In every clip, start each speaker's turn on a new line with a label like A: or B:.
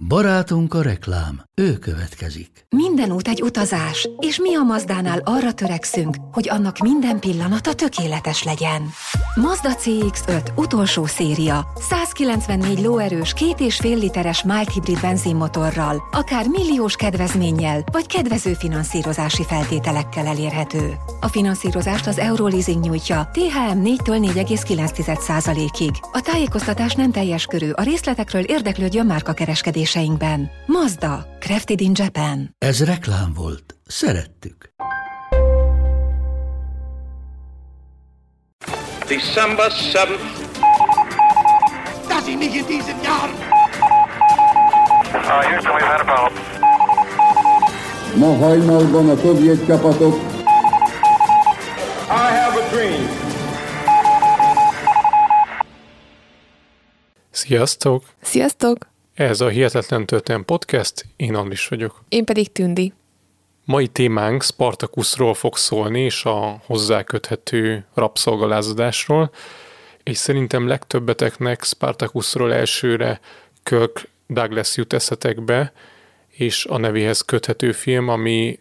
A: Barátunk a reklám, ő következik.
B: Minden út egy utazás, és mi a Mazdánál arra törekszünk, hogy annak minden pillanata tökéletes legyen. Mazda CX-5 utolsó széria, 194 lóerős 2,5 literes mild hibrid benzinmotorral, akár milliós kedvezménnyel, vagy kedvező finanszírozási feltételekkel elérhető. A finanszírozást az Euroleasing nyújtja, THM 4-től 4,9%-ig. A tájékoztatás nem teljes körű, a részletekről érdeklődjön márkakereskedéseinkben. Mazda, crafted in Japan.
A: Ez reklám volt. Szerettük.
C: December 7th.
D: Das ist nicht in diesem Jahr.
E: Houston, we've had a problem.
F: Ma hajnalban a szovjet csapatok.
E: I have a dream.
G: Sziasztok!
H: Sziasztok!
G: Ez a Hihetetlen Történet Podcast, én Andris vagyok.
H: Én pedig Tündi.
G: Mai témánk Spartacusról fog szólni, és a hozzá köthető rabszolgalázadásról, és szerintem legtöbbeteknek Spartacusról elsőre Kirk Douglas jut eszetekbe, és a nevéhez köthető film, ami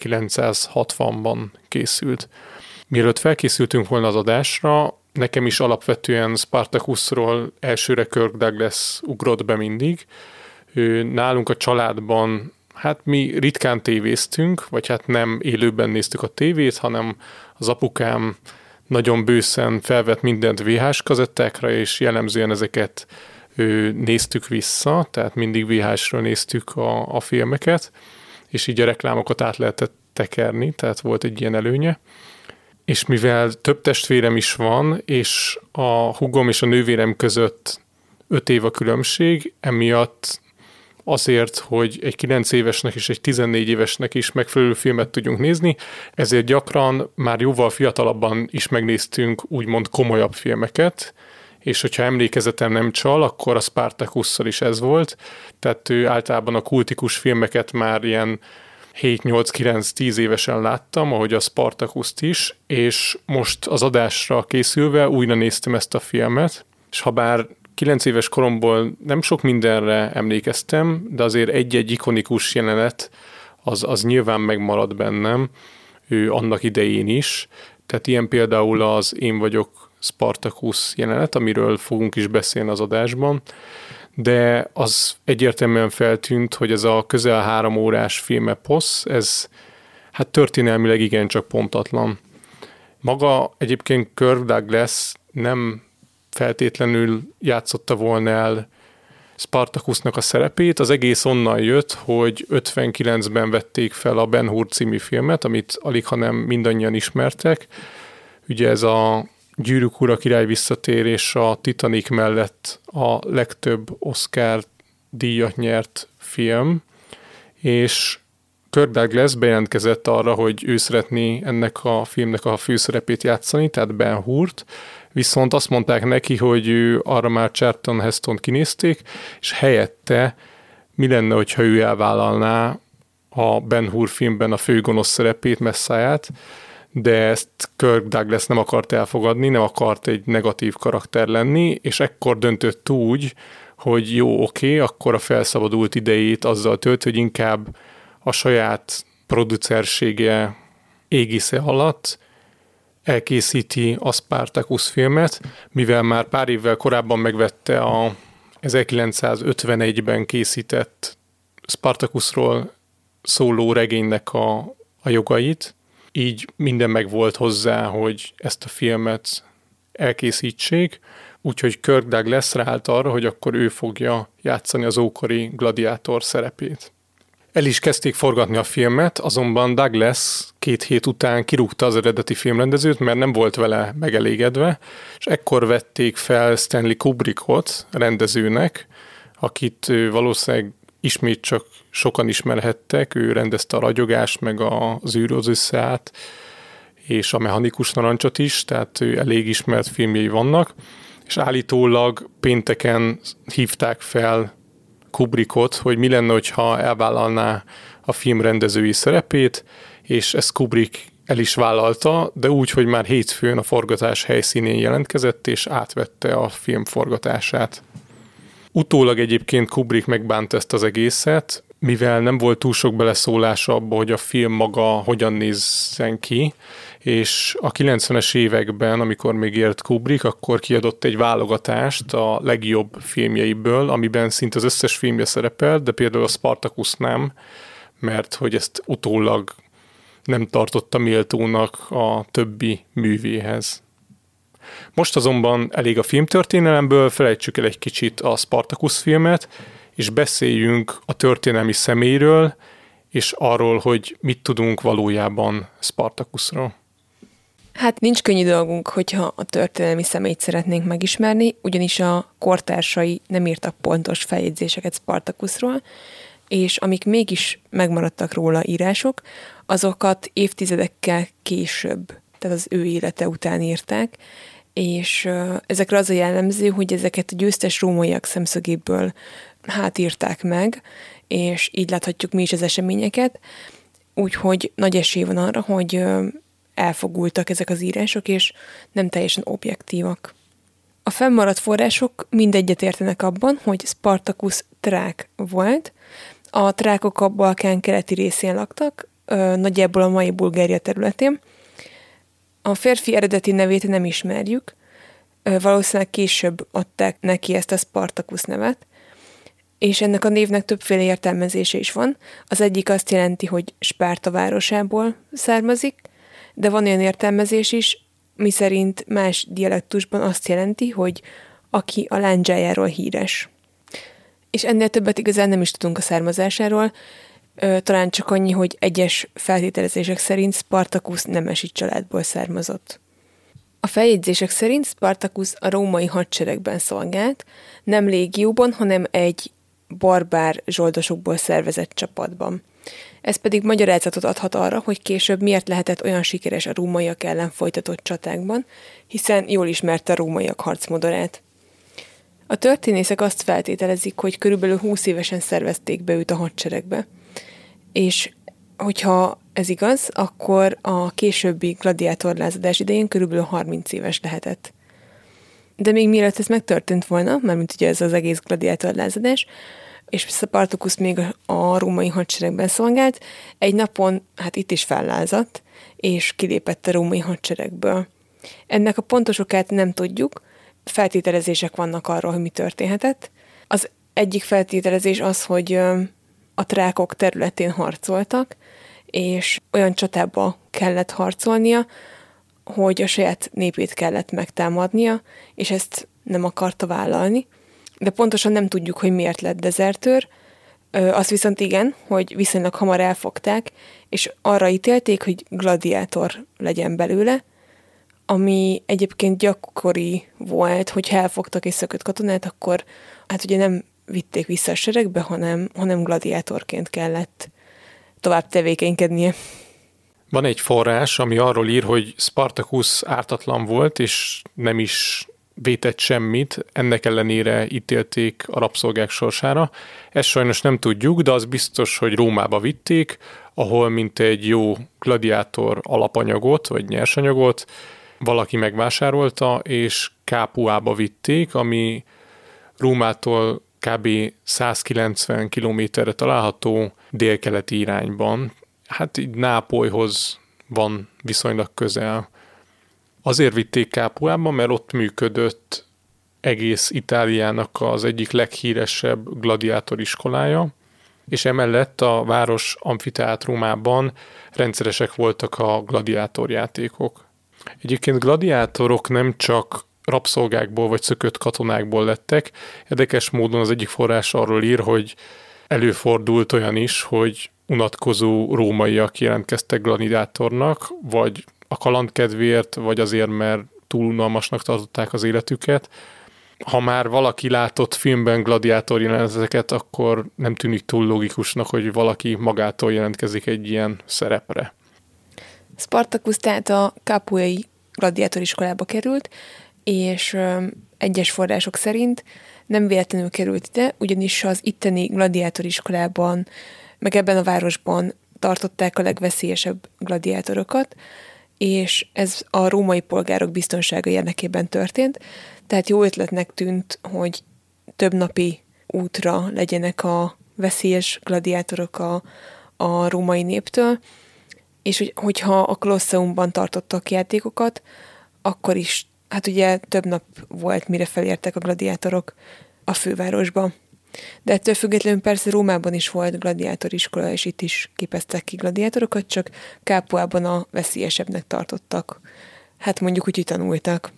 G: 1960-ban készült. Mielőtt felkészültünk volna az adásra, nekem is alapvetően Spartacusról elsőre Kirk Douglas ugrott be mindig. Nálunk a családban, hát mi ritkán tévéztünk, vagy hát nem élőben néztük a tévét, hanem az apukám nagyon bőszen felvett mindent VHS kazettákra, és jellemzően ezeket néztük vissza, tehát mindig VHS-ről néztük a filmeket, és így a reklámokat át lehetett tekerni, tehát volt egy ilyen előnye. És mivel több testvérem is van, és a húgom és a nővérem között 5 év a különbség, emiatt azért, hogy egy 9 évesnek és egy 14 évesnek is megfelelő filmet tudjunk nézni, ezért gyakran már jóval fiatalabban is megnéztünk úgymond komolyabb filmeket, és hogyha emlékezetem nem csal, akkor a Spartacusszal is ez volt, tehát ő általában a kultikus filmeket már ilyen 7-8-9-10 évesen láttam, ahogy a Spartacust is, és most az adásra készülve újra néztem ezt a filmet, és ha bár 9 éves koromból nem sok mindenre emlékeztem, de azért egy-egy ikonikus jelenet az nyilván megmaradt bennem, ő annak idején is, tehát ilyen például az Én vagyok Spartacus jelenet, amiről fogunk is beszélni az adásban, de az egyértelműen feltűnt, hogy ez a közel 3 órás filmeposz, ez hát történelmileg igencsak pontatlan. Maga egyébként Kirk Douglas nem feltétlenül játszotta volna el Spartacusnak a szerepét, az egész onnan jött, hogy 59-ben vették fel a Ben-Hur című filmet, amit alighanem mindannyian ismertek. Ugye ez a Gyűrűk ura, Király visszatérés a Titanic mellett a legtöbb Oscar díjat nyert film, és Kirk Douglas bejelentkezett arra, hogy ő szeretné ennek a filmnek a főszerepét játszani, tehát Ben-Hurt, viszont azt mondták neki, hogy ő arra már Charlton Hestont kinézték, és helyette mi lenne, hogyha ő elvállalná a Ben-Hur filmben a főgonosz szerepét, Messiah-t, de ezt Kirk Douglas nem akart elfogadni, nem akart egy negatív karakter lenni, és ekkor döntött úgy, hogy jó, oké, akkor a felszabadult idejét azzal tölt, hogy inkább a saját producersége égisze alatt elkészíti a Spartacus filmet, mivel már pár évvel korábban megvette a 1951-ben készített Spartacusról szóló regénynek a jogait, így minden meg volt hozzá, hogy ezt a filmet elkészítsék, úgyhogy Kirk Douglas ráállt arra, hogy akkor ő fogja játszani az ókori gladiátor szerepét. El is kezdték forgatni a filmet, azonban Douglas 2 hét után kirúgta az eredeti filmrendezőt, mert nem volt vele megelégedve, és ekkor vették fel Stanley Kubrickot rendezőnek, akit valószínűleg ismét csak sokan ismerhettek, ő rendezte a Ragyogást, meg az Űr az Összeállt, és a Mechanikus narancsot is, tehát ő elég ismert filmjei vannak, és állítólag pénteken hívták fel Kubrickot, hogy mi lenne, hogyha elvállalná a film rendezői szerepét, és ezt Kubrick el is vállalta, de úgy, hogy már hétfőn a forgatás helyszínén jelentkezett, és átvette a film forgatását. Utólag egyébként Kubrick megbánt ezt az egészet, mivel nem volt túl sok beleszólása abba, hogy a film maga hogyan nézzen ki, és a 90-es években, amikor még élt Kubrick, akkor kiadott egy válogatást a legjobb filmjeiből, amiben szinte az összes filmje szerepel, de például a Spartacus nem, mert hogy ezt utólag nem tartotta méltónak a többi művéhez. Most azonban elég a filmtörténelemből, felejtsük el egy kicsit a Spartacus filmet, és beszéljünk a történelmi személyről, és arról, hogy mit tudunk valójában Spartacusról.
H: Hát nincs könnyű dolgunk, hogyha a történelmi személyt szeretnénk megismerni, ugyanis a kortársai nem írtak pontos feljegyzéseket Spartacusról, és amik mégis megmaradtak róla írások, azokat évtizedekkel később, tehát az ő élete után írták, és ezekre az a jellemző, hogy ezeket a győztes rómaiak szemszögéből írták meg, és így láthatjuk mi is az eseményeket, úgyhogy nagy esély van arra, hogy elfogultak ezek az írások, és nem teljesen objektívak. A fennmaradt források mindegyet értenek abban, hogy Spartacus trák volt. A trákok a Balkán keleti részén laktak, nagyjából a mai Bulgária területén. A férfi eredeti nevét nem ismerjük, valószínűleg később adták neki ezt a Spartacus nevet, és ennek a névnek többféle értelmezése is van. Az egyik azt jelenti, hogy Spárta városából származik, de van olyan értelmezés is, miszerint más dialektusban azt jelenti, hogy aki a lándzsájáról híres. És ennél többet igazán nem is tudunk a származásáról, talán csak annyi, hogy egyes feltételezések szerint Spartacus nemesi családból származott. A feljegyzések szerint Spartacus a római hadseregben szolgált, nem légióban, hanem egy barbár zsoldosokból szervezett csapatban. Ez pedig magyarázatot adhat arra, hogy később miért lehetett olyan sikeres a rómaiak ellen folytatott csatákban, hiszen jól ismerte a rómaiak harcmodorát. A történészek azt feltételezik, hogy körülbelül 20 évesen szervezték be őt a hadseregbe, és hogyha ez igaz, akkor a későbbi gladiátorlázadás idején körülbelül 30 éves lehetett. De még mielőtt ez megtörtént volna, mármint ugye ez az egész gladiátorlázadás, és Spartacus még a római hadseregben szolgált, egy napon itt is fellázadt, és kilépett a római hadseregből. Ennek a pontos okát nem tudjuk, feltételezések vannak arról, hogy mi történhetett. Az egyik feltételezés az, hogy a trákok területén harcoltak, és olyan csatába kellett harcolnia, hogy a saját népét kellett megtámadnia, és ezt nem akarta vállalni. De pontosan nem tudjuk, hogy miért lett dezertőr. Azt viszont igen, hogy viszonylag hamar elfogták, és arra ítélték, hogy gladiátor legyen belőle, ami egyébként gyakori volt, hogy elfogtak egy szökött katonát, akkor ugye nem vitték vissza a seregbe, hanem gladiátorként kellett tovább tevékenykednie.
G: Van egy forrás, ami arról ír, hogy Spartacus ártatlan volt, és nem is vétett semmit, ennek ellenére ítélték a rabszolgák sorsára. Ezt sajnos nem tudjuk, de az biztos, hogy Rómába vitték, ahol mint egy jó gladiátor alapanyagot, vagy nyersanyagot valaki megvásárolta, és Capuába vitték, ami Rómától kb. 190 kilométerre található délkeleti irányban. Így Nápolyhoz van viszonylag közel. Azért vitték Capuába, mert ott működött egész Itáliának az egyik leghíresebb gladiátoriskolája, és emellett a város amfiteátrumában rendszeresek voltak a gladiátorjátékok. Egyébként gladiátorok nem csak rabszolgákból vagy szökött katonákból lettek. Érdekes módon az egyik forrás arról ír, hogy előfordult olyan is, hogy unatkozó rómaiak jelentkeztek gladiátornak, vagy a kalandkedvéért, vagy azért, mert túl unalmasnak tartották az életüket. Ha már valaki látott filmben gladiátor jeleneteket, akkor nem tűnik túl logikusnak, hogy valaki magától jelentkezik egy ilyen szerepre.
H: Spartacus tehát a capuai gladiátoriskolába került, és egyes források szerint nem véletlenül került ide, ugyanis az itteni gladiátoriskolában, meg ebben a városban tartották a legveszélyesebb gladiátorokat, és ez a római polgárok biztonsága érdekében történt, tehát jó ötletnek tűnt, hogy több napi útra legyenek a veszélyes gladiátorok a római néptől, és hogyha a Kolosseumban tartottak játékokat, akkor is, hát ugye több nap volt, mire felértek a gladiátorok a fővárosba. De ettől függetlenül persze Rómában is volt gladiátoriskola, és itt is képeztek ki gladiátorokat, csak Capuában a veszélyesebbnek tartottak. Hát mondjuk úgy, hogy tanultak.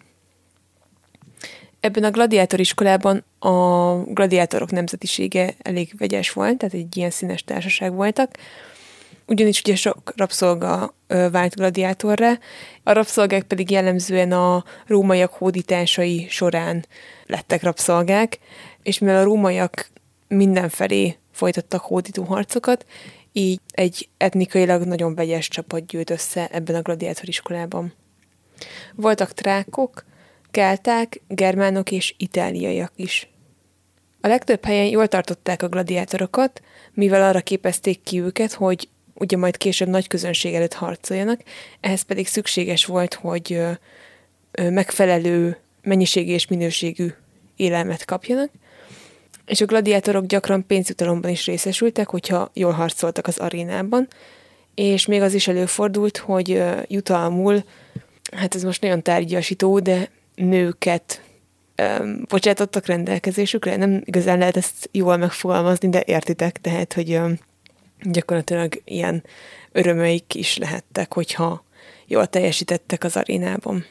H: Ebben a gladiátoriskolában a gladiátorok nemzetisége elég vegyes volt, tehát egy ilyen színes társaság voltak. Ugyanis ugye sok rabszolga vált gladiátorra, a rabszolgák pedig jellemzően a rómaiak hódításai során lettek rabszolgák, és mivel a rómaiak mindenfelé folytattak hódító harcokat, így egy etnikailag nagyon vegyes csapat gyűlt össze ebben a gladiátoriskolában. Voltak trákok, kelták, germánok és itáliaiak is. A legtöbb helyen jól tartották a gladiátorokat, mivel arra képezték ki őket, hogy ugye majd később nagy közönség előtt harcoljanak, ehhez pedig szükséges volt, hogy megfelelő mennyiségű és minőségű élelmet kapjanak, és a gladiátorok gyakran pénzjutalomban is részesültek, hogyha jól harcoltak az arénában, és még az is előfordult, hogy jutalmul, hát ez most nagyon tárgyasító, de nőket bocsátottak rendelkezésükre, nem igazán lehet ezt jól megfogalmazni, de értitek, tehát, hogy gyakorlatilag ilyen örömeik is lehettek, hogyha jól teljesítettek az arénában.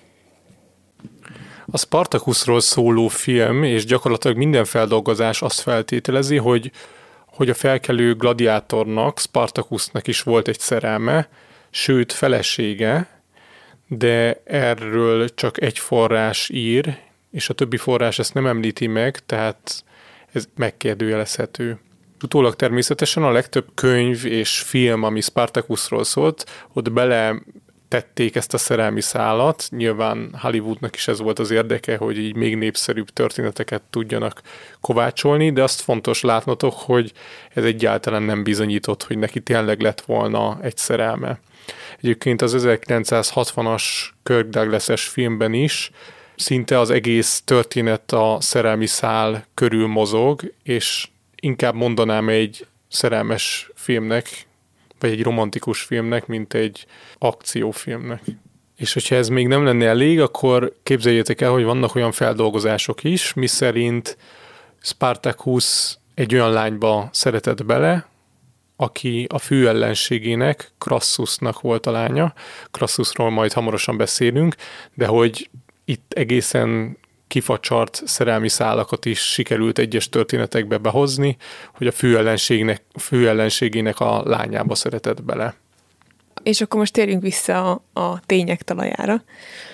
G: A Spartacusról szóló film és gyakorlatilag minden feldolgozás azt feltételezi, hogy a felkelő gladiátornak, Spartacusnak is volt egy szerelme, sőt felesége, de erről csak egy forrás ír, és a többi forrás ezt nem említi meg, tehát ez megkérdőjelezhető. Utólag természetesen a legtöbb könyv és film, ami Spartacusról szólt, ott beletették ezt a szerelmi szálat. Nyilván Hollywoodnak is ez volt az érdeke, hogy így még népszerűbb történeteket tudjanak kovácsolni, de azt fontos látnotok, hogy ez egyáltalán nem bizonyított, hogy neki tényleg lett volna egy szerelme. Egyébként az 1960-as Kirk Douglas-es filmben is szinte az egész történet a szerelmi szál körül mozog, és inkább mondanám egy szerelmes filmnek, vagy egy romantikus filmnek, mint egy akciófilmnek. És hogyha ez még nem lenne elég, akkor képzeljétek el, hogy vannak olyan feldolgozások is, miszerint Spartacus egy olyan lányba szeretett bele, aki a fő ellenségének, Crassusnak volt a lánya. Crassusról majd hamarosan beszélünk, de hogy itt egészen kifacsart szerelmi szálakat is sikerült egyes történetekbe behozni, hogy a fő ellenségének a lányába szeretett bele.
H: És akkor most térjünk vissza a tények talajára.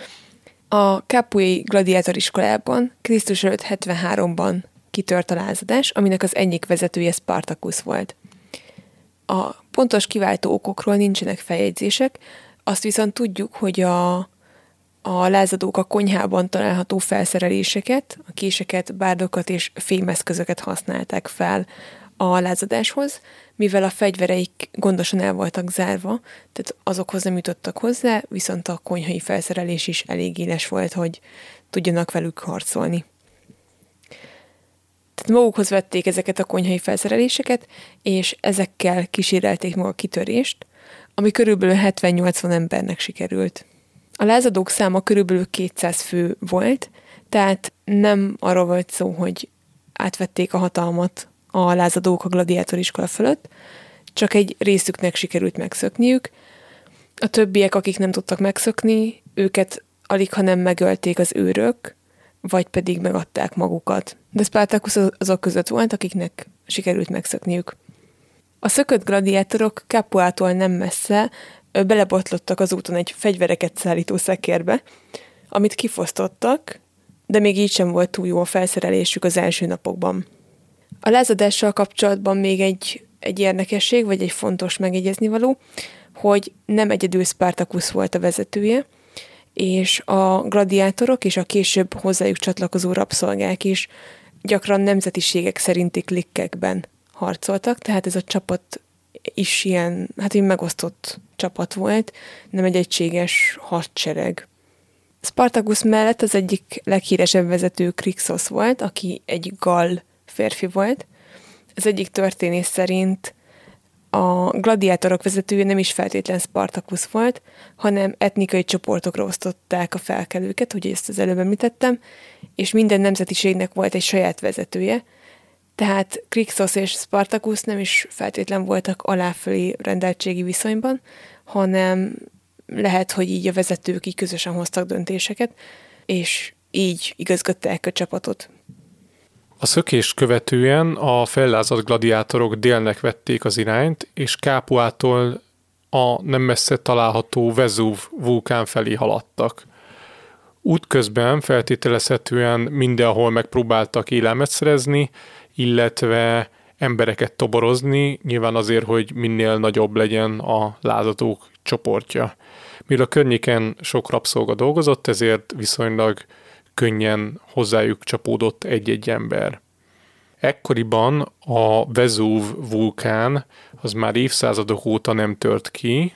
H: A Capui gladiátoriskolában Krisztus előtt 73-ban kitört a lázadás, aminek az egyik vezetője Spartacus volt. A pontos kiváltó okokról nincsenek feljegyzések, azt viszont tudjuk, hogy a lázadók a konyhában található felszereléseket, a késeket, bárdokat és fémeszközöket használták fel a lázadáshoz, mivel a fegyvereik gondosan el voltak zárva, tehát azokhoz nem jutottak hozzá, viszont a konyhai felszerelés is elég éles volt, hogy tudjanak velük harcolni. Tehát magukhoz vették ezeket a konyhai felszereléseket, és ezekkel kísérelték meg a kitörést, ami körülbelül 70-80 embernek sikerült. A lázadók száma körülbelül 200 fő volt, tehát nem arról volt szó, hogy átvették a hatalmat a lázadók a gladiátoriskola fölött, csak egy részüknek sikerült megszökniük. A többiek, akik nem tudtak megszökni, őket aligha nem megölték az őrök, vagy pedig megadták magukat. De Spartacus azok között volt, akiknek sikerült megszökniük. A szökött gladiátorok Capuától nem messze belebotlottak az úton egy fegyvereket szállító szekérbe, amit kifosztottak, de még így sem volt túl jó a felszerelésük az első napokban. A lázadással kapcsolatban még egy érdekesség, vagy egy fontos megjegyeznivaló, hogy nem egyedül Spartacus volt a vezetője, és a gladiátorok és a később hozzájuk csatlakozó rabszolgák is gyakran nemzetiségek szerinti klikkekben harcoltak, tehát ez a csapat is ilyen, hát egy megosztott csapat volt, nem egy egységes hadsereg. Spartacus mellett az egyik leghíresebb vezető Krixos volt, aki egy gall férfi volt. Az egyik történész szerint a gladiátorok vezetője nem is feltétlen Spartacus volt, hanem etnikai csoportokra osztották a felkelőket, ugye ezt az előbb említettem, és minden nemzetiségnek volt egy saját vezetője, tehát Krixos és Spartacus nem is feltétlen voltak aláfölé rendeltségi viszonyban, hanem lehet, hogy így a vezetők így közösen hoztak döntéseket, és így igazgatták a csapatot.
G: A szökést követően a fellázadt gladiátorok délnek vették az irányt, és Capuától a nem messze található Vezúv vulkán felé haladtak. Útközben feltételezhetően mindenhol megpróbáltak élelmet szerezni, illetve embereket toborozni, nyilván azért, hogy minél nagyobb legyen a lázadók csoportja. Mivel a környéken sok rabszolga dolgozott, ezért viszonylag könnyen hozzájuk csapódott egy-egy ember. Ekkoriban a Vezúv vulkán az már évszázadok óta nem tört ki,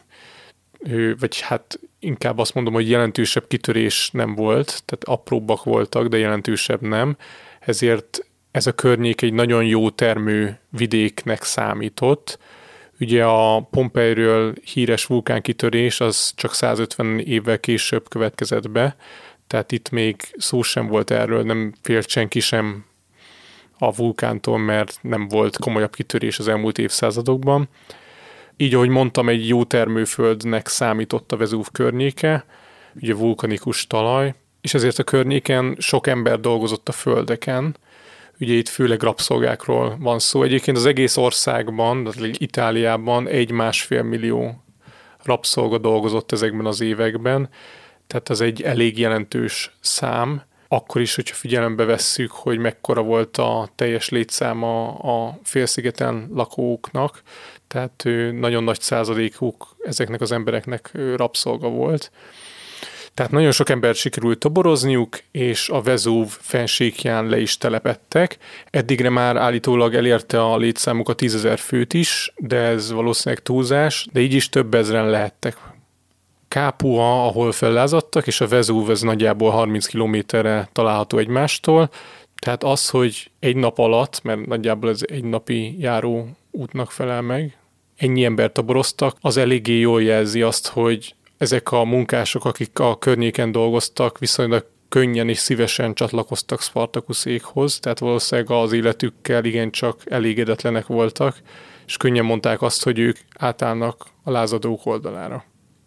G: vagy hát inkább azt mondom, hogy jelentősebb kitörés nem volt, tehát apróbbak voltak, de jelentősebb nem, ezért ez a környék egy nagyon jó termő vidéknek számított. Ugye a Pompeiről híres vulkánkitörés az csak 150 évvel később következett be, tehát itt még szó sem volt erről, nem félt senki sem a vulkántól, mert nem volt komolyabb kitörés az elmúlt évszázadokban. Így, ahogy mondtam, egy jó termőföldnek számított a Vezúv környéke, ugye vulkanikus talaj, és ezért a környéken sok ember dolgozott a földeken. Ugye itt főleg rabszolgákról van szó. Egyébként az egész országban, Itáliában 1-1,5 millió rabszolga dolgozott ezekben az években, tehát az egy elég jelentős szám. Akkor is, hogyha figyelembe vesszük, hogy mekkora volt a teljes létszáma a félszigeten lakóknak, tehát nagyon nagy százalékuk ezeknek az embereknek rabszolga volt. Tehát nagyon sok embert sikerült toborozniuk, és a Vezúv fennsíkján le is telepedtek. Eddigre már állítólag elérte a létszámuk a 10 000 főt is, de ez valószínűleg túlzás, de így is több ezren lehettek. Capua, ahol fellázadtak, és a Vezúv ez nagyjából 30 kilométerre található egymástól, tehát az, hogy egy nap alatt, mert nagyjából ez egy napi járó útnak felel meg, ennyi embert toboroztak, az eléggé jól jelzi azt, hogy ezek a munkások, akik a környéken dolgoztak, viszonylag könnyen és szívesen csatlakoztak Spartakusékhoz, tehát valószínűleg az életükkel igencsak elégedetlenek voltak, és könnyen mondták azt, hogy ők átállnak a lázadók oldalára.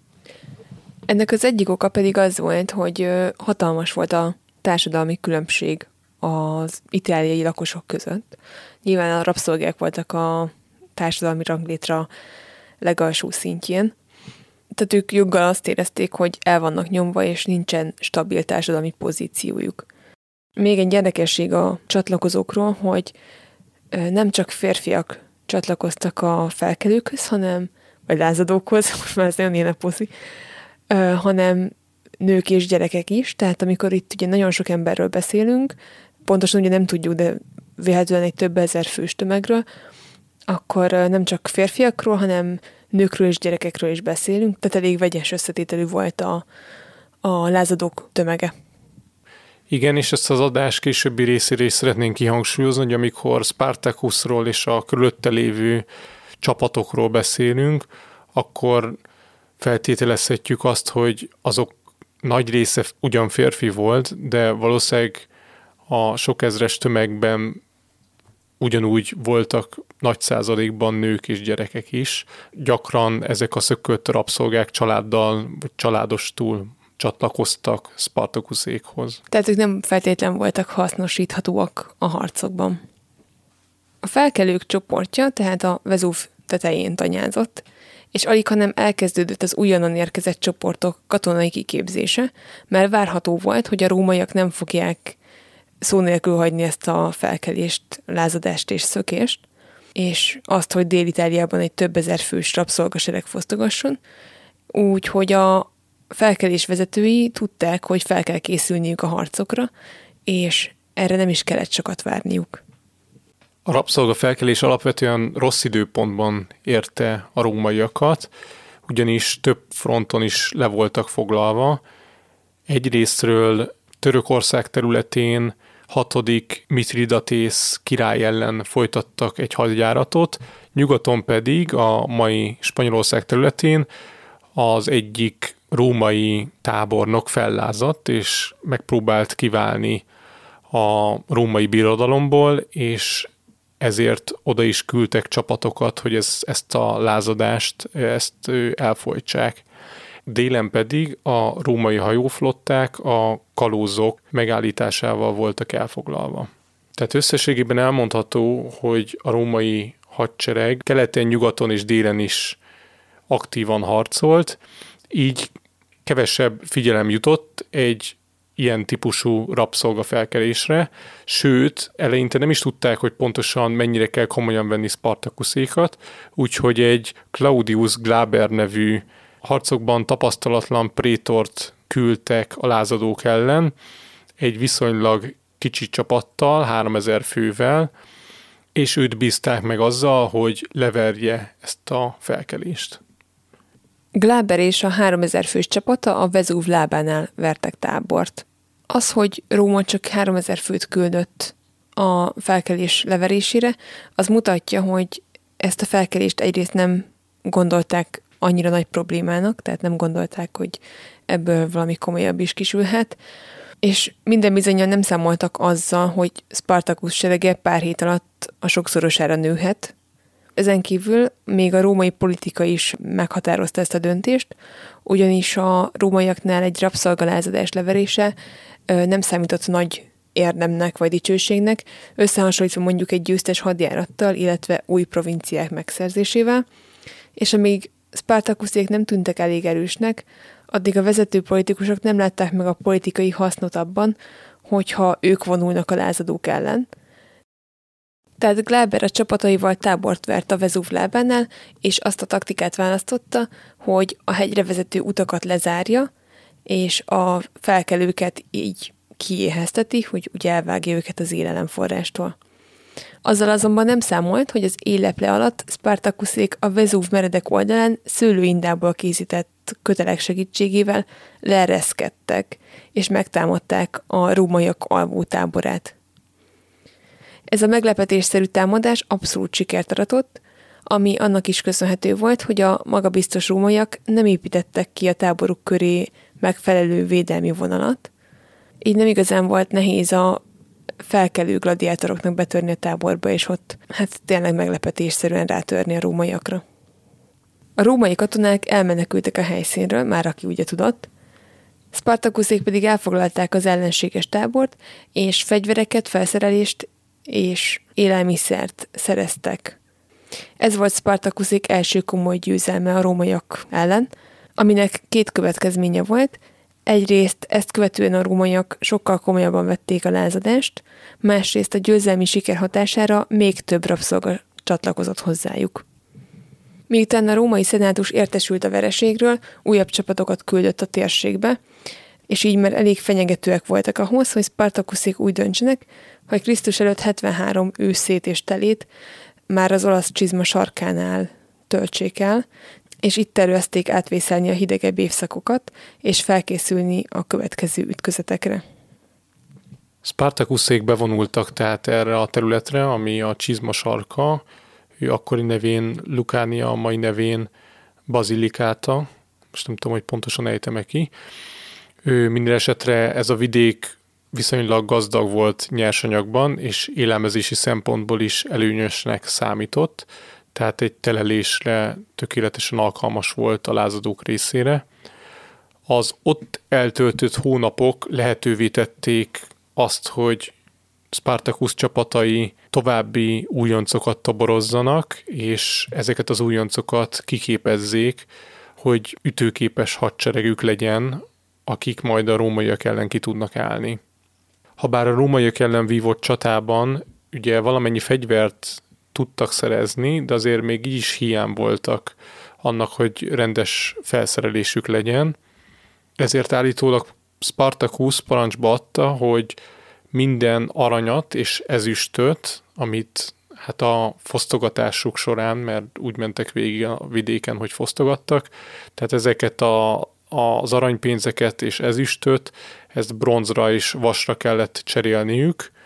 H: Ennek az egyik oka pedig az volt, hogy hatalmas volt a társadalmi különbség az itáliai lakosok között. Nyilván a rabszolgák voltak a társadalmi ranglétra legalsó szintjén. Tehát ők joggal azt érezték, hogy el vannak nyomva, és nincsen stabil társadalmi pozíciójuk. Még egy érdekesség a csatlakozókról, hogy nem csak férfiak csatlakoztak a felkelőkhöz, vagy lázadókhoz, most már ez nagyon ilyen poszi, hanem nők és gyerekek is. Tehát amikor itt ugye nagyon sok emberről beszélünk, pontosan ugye nem tudjuk, de véletlenül egy több ezer fős tömegről, akkor nem csak férfiakról, hanem nőkről és gyerekekről is beszélünk, tehát elég vegyes összetételű volt a lázadók tömege.
G: Igen, és ezt az adás későbbi részére is szeretnénk kihangsúlyozni, hogy amikor Spartacusról és a körülötte lévő csapatokról beszélünk, akkor feltételezhetjük azt, hogy azok nagy része ugyan férfi volt, de valószínűleg a sok ezres tömegben ugyanúgy voltak nagy százalékban nők és gyerekek is. Gyakran ezek a szökött rabszolgák családdal vagy családostul csatlakoztak Spartakusékhoz.
H: Tehát ők nem feltétlen voltak hasznosíthatóak a harcokban. A felkelők csoportja tehát a Vezúv tetején tanyázott, és alighanem elkezdődött az újonnan érkezett csoportok katonai kiképzése, mert várható volt, hogy a rómaiak nem fogják szó nélkül hagyni ezt a felkelést, lázadást és szökést, és azt, hogy Dél-Itáliában egy több ezer fős rabszolgasereg fosztogasson, úgyhogy a felkelés vezetői tudták, hogy fel kell készülniük a harcokra, és erre nem is kellett sokat várniuk.
G: A rabszolga felkelés alapvetően rossz időpontban érte a rómaiakat, ugyanis több fronton is le voltak foglalva. Egyrésztről Törökország területén 6. Mithridatész király ellen folytattak egy hadjáratot, nyugaton pedig a mai Spanyolország területén az egyik római tábornok fellázadt, és megpróbált kiválni a római birodalomból, és ezért oda is küldtek csapatokat, hogy ezt a lázadást elfojtsák. Délen pedig a római hajóflották a kalózok megállításával voltak elfoglalva. Tehát összességében elmondható, hogy a római hadsereg keleten, nyugaton és délen is aktívan harcolt, így kevesebb figyelem jutott egy ilyen típusú rabszolgafelkelésre, sőt, eleinte nem is tudták, hogy pontosan mennyire kell komolyan venni Spartakusékat, úgyhogy egy Claudius Glaber nevű harcokban tapasztalatlan prétort küldtek a lázadók ellen, egy viszonylag kicsi csapattal, 3000 fővel, és őt bízták meg azzal, hogy leverje ezt a felkelést.
H: Glaber és a 3000 fős csapata a Vezúv lábánál vertek tábort. Az, hogy Róma csak 3000 főt küldött a felkelés leverésére, az mutatja, hogy ezt a felkelést egyrészt nem gondolták annyira nagy problémának, tehát nem gondolták, hogy ebből valami komolyabb is kisülhet, és minden bizonnyal nem számoltak azzal, hogy Spartacus serege pár hét alatt a sokszorosára nőhet. Ezen kívül még a római politika is meghatározta ezt a döntést, ugyanis a rómaiaknál egy rabszolgalázadás leverése nem számított nagy érdemnek vagy dicsőségnek, összehasonlítva mondjuk egy győztes hadjárattal, illetve új provinciák megszerzésével, és amíg Spartakusék nem tűntek elég erősnek, addig a vezető politikusok nem látták meg a politikai hasznot abban, hogyha ők vonulnak a lázadók ellen. Tehát Glaber a csapataival tábort vert a Vezúv lábánál, és azt a taktikát választotta, hogy a hegyre vezető utakat lezárja, és a felkelőket így kiéhezteti, hogy ugye elvágja őket az élelemforrástól. Azzal azonban nem számolt, hogy az éjleple alatt Spartakusék a Vezúv meredek oldalán szőlőindából készített kötelek segítségével leereszkedtek, és megtámadták a rómaiak alvó táborát. Ez a meglepetésszerű támadás abszolút sikert aratott, ami annak is köszönhető volt, hogy a magabiztos rómaiak nem építettek ki a táboruk köré megfelelő védelmi vonalat, így nem igazán volt nehéz a felkelő gladiátoroknak betörni a táborba, és ott tényleg meglepetésszerűen rátörni a rómaiakra. A római katonák elmenekültek a helyszínről, már aki ugye tudott, Spartakusék pedig elfoglalták az ellenséges tábort, és fegyvereket, felszerelést és élelmiszert szereztek. Ez volt Spartakusék első komoly győzelme a rómaiak ellen, aminek két következménye volt. Egyrészt ezt követően a rómaiak sokkal komolyabban vették a lázadást, másrészt a győzelmi siker hatására még több rabszolga csatlakozott hozzájuk. Miután a római szenátus értesült a vereségről, újabb csapatokat küldött a térségbe, és így már elég fenyegetőek voltak ahhoz, hogy Spartakusék úgy döntsenek, hogy Krisztus előtt 73 őszét és telét már az olasz csizma sarkánál töltsék el, és itt tervezték átvészelni a hidegebb évszakokat, és felkészülni a következő ütközetekre.
G: Spartakusék bevonultak tehát erre a területre, ami a csizma sarka, ő akkori nevén Lucania, mai nevén Basilicata, most nem tudom, hogy pontosan ejtem-e ki. Minden esetre ez a vidék viszonylag gazdag volt nyersanyagban, és élelmezési szempontból is előnyösnek számított, tehát egy telelésre tökéletesen alkalmas volt a lázadók részére. Az ott eltöltött hónapok lehetővé tették azt, hogy Spartacus csapatai további újoncokat toborozzanak, és ezeket az újoncokat kiképezzék, hogy ütőképes hadseregük legyen, akik majd a rómaiak ellen ki tudnak állni. Habár a rómaiak ellen vívott csatában ugye valamennyi fegyvert tudtak szerezni, de azért még így is hiány voltak annak, hogy rendes felszerelésük legyen. Ezért állítólag Spartacus parancsba adta, hogy minden aranyat és ezüstöt, amit a fosztogatásuk során, mert úgy mentek végig a vidéken, hogy fosztogattak, tehát ezeket az aranypénzeket és ezüstöt, ezt bronzra és vasra kellett cserélniük,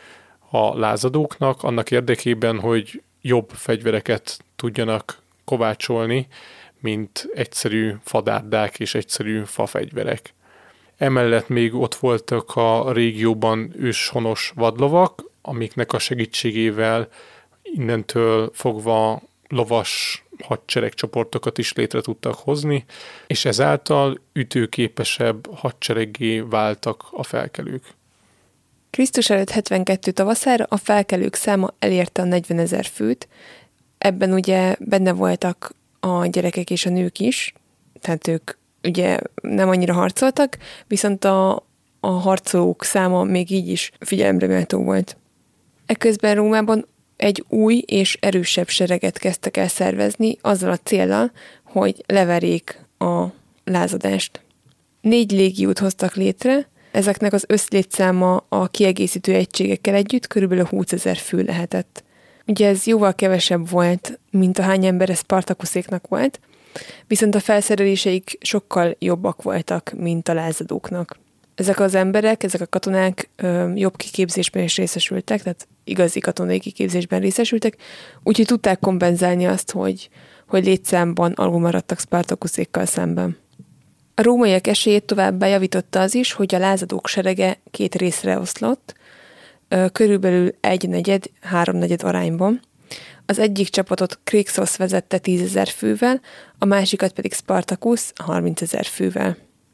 G: a lázadóknak annak érdekében, hogy jobb fegyvereket tudjanak kovácsolni, mint egyszerű fadárdák és egyszerű fafegyverek. Emellett még ott voltak a régióban őshonos vadlovak, amiknek a segítségével innentől fogva lovas hadseregcsoportokat is létre tudtak hozni, és ezáltal ütőképesebb hadsereggé váltak a felkelők.
H: Krisztus előtt 72 tavaszára a felkelők száma elérte a 40 000 főt, ebben ugye benne voltak a gyerekek és a nők is, tehát ők ugye nem annyira harcoltak, viszont a harcolók száma még így is figyelemre méltó volt. Eközben Rómában egy új és erősebb sereget kezdtek el szervezni azzal a céllal, hogy leverjék a lázadást. 4 légiót hoztak létre, ezeknek az összlétszáma a kiegészítő egységekkel együtt körülbelül 20 000 fő lehetett. Ugye ez jóval kevesebb volt, mint ahány ember Spartakuszéknak volt, viszont a felszereléseik sokkal jobbak voltak, mint a lázadóknak. Ezek az emberek, ezek a katonák jobb kiképzésben is részesültek, tehát igazi katonai kiképzésben részesültek, úgyhogy tudták kompenzálni azt, hogy létszámban alulmaradtak Spartakuszékkal szemben. A rómaiak esélyét továbbá javította az is, hogy a lázadók serege 2 részre oszlott, körülbelül 1/4-3/4 arányban. Az egyik csapatot Krixos vezette 10 000 fővel, a másikat pedig Spartacus 30 000 fővel.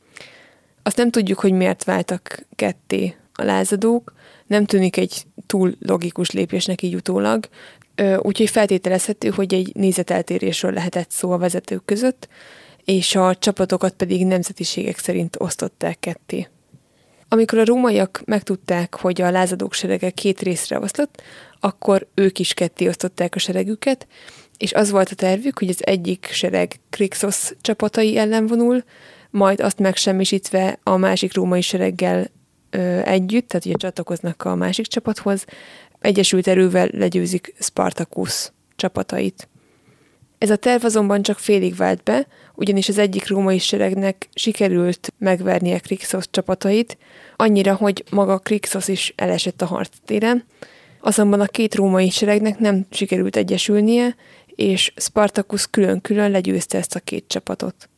H: Azt nem tudjuk, hogy miért váltak ketté a lázadók, nem tűnik egy túl logikus lépésnek így utólag, úgyhogy feltételezhető, hogy egy nézeteltérésről lehetett szó a vezetők között, és a csapatokat pedig nemzetiségek szerint osztották ketté. Amikor a rómaiak megtudták, hogy a lázadók serege 2 részre oszlott, akkor ők is ketté osztották a seregüket, és az volt a tervük, hogy az egyik sereg Krixos csapatai ellen vonul, majd azt megsemmisítve a másik római sereggel együtt, tehát ugye csatlakoznak a másik csapathoz, egyesült erővel legyőzik Spartacus csapatait. Ez a terv azonban csak félig vált be, ugyanis az egyik római seregnek sikerült megvernie Krixos csapatait, annyira, hogy maga Krixos is elesett a harctéren, azonban a 2 római seregnek nem sikerült egyesülnie, és Spartacus külön-külön legyőzte ezt a 2 csapatot.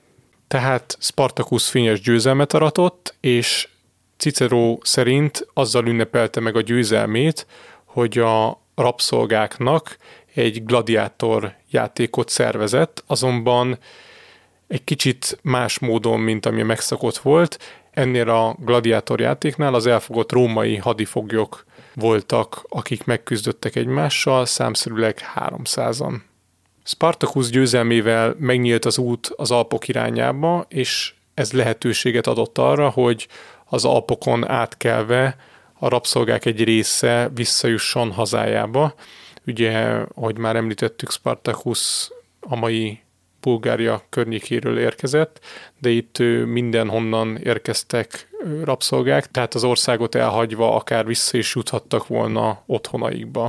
G: Tehát Spartacus fényes győzelmet aratott, és Cicero szerint azzal ünnepelte meg a győzelmét, hogy a rabszolgáknak egy gladiátor játékot szervezett, azonban egy kicsit más módon, mint ami megszokott volt. Ennél a gladiátor játéknál az elfogott római hadifoglyok voltak, akik megküzdöttek egymással, számszerűleg 300-an. Spartacus győzelmével megnyílt az út az Alpok irányába, és ez lehetőséget adott arra, hogy az Alpokon átkelve a rabszolgák egy része visszajusson hazájába. Ugye, ahogy már említettük, Spartacus a mai Bulgária környékéről érkezett, de itt mindenhonnan érkeztek rabszolgák, tehát az országot elhagyva akár vissza is juthattak volna otthonaikba.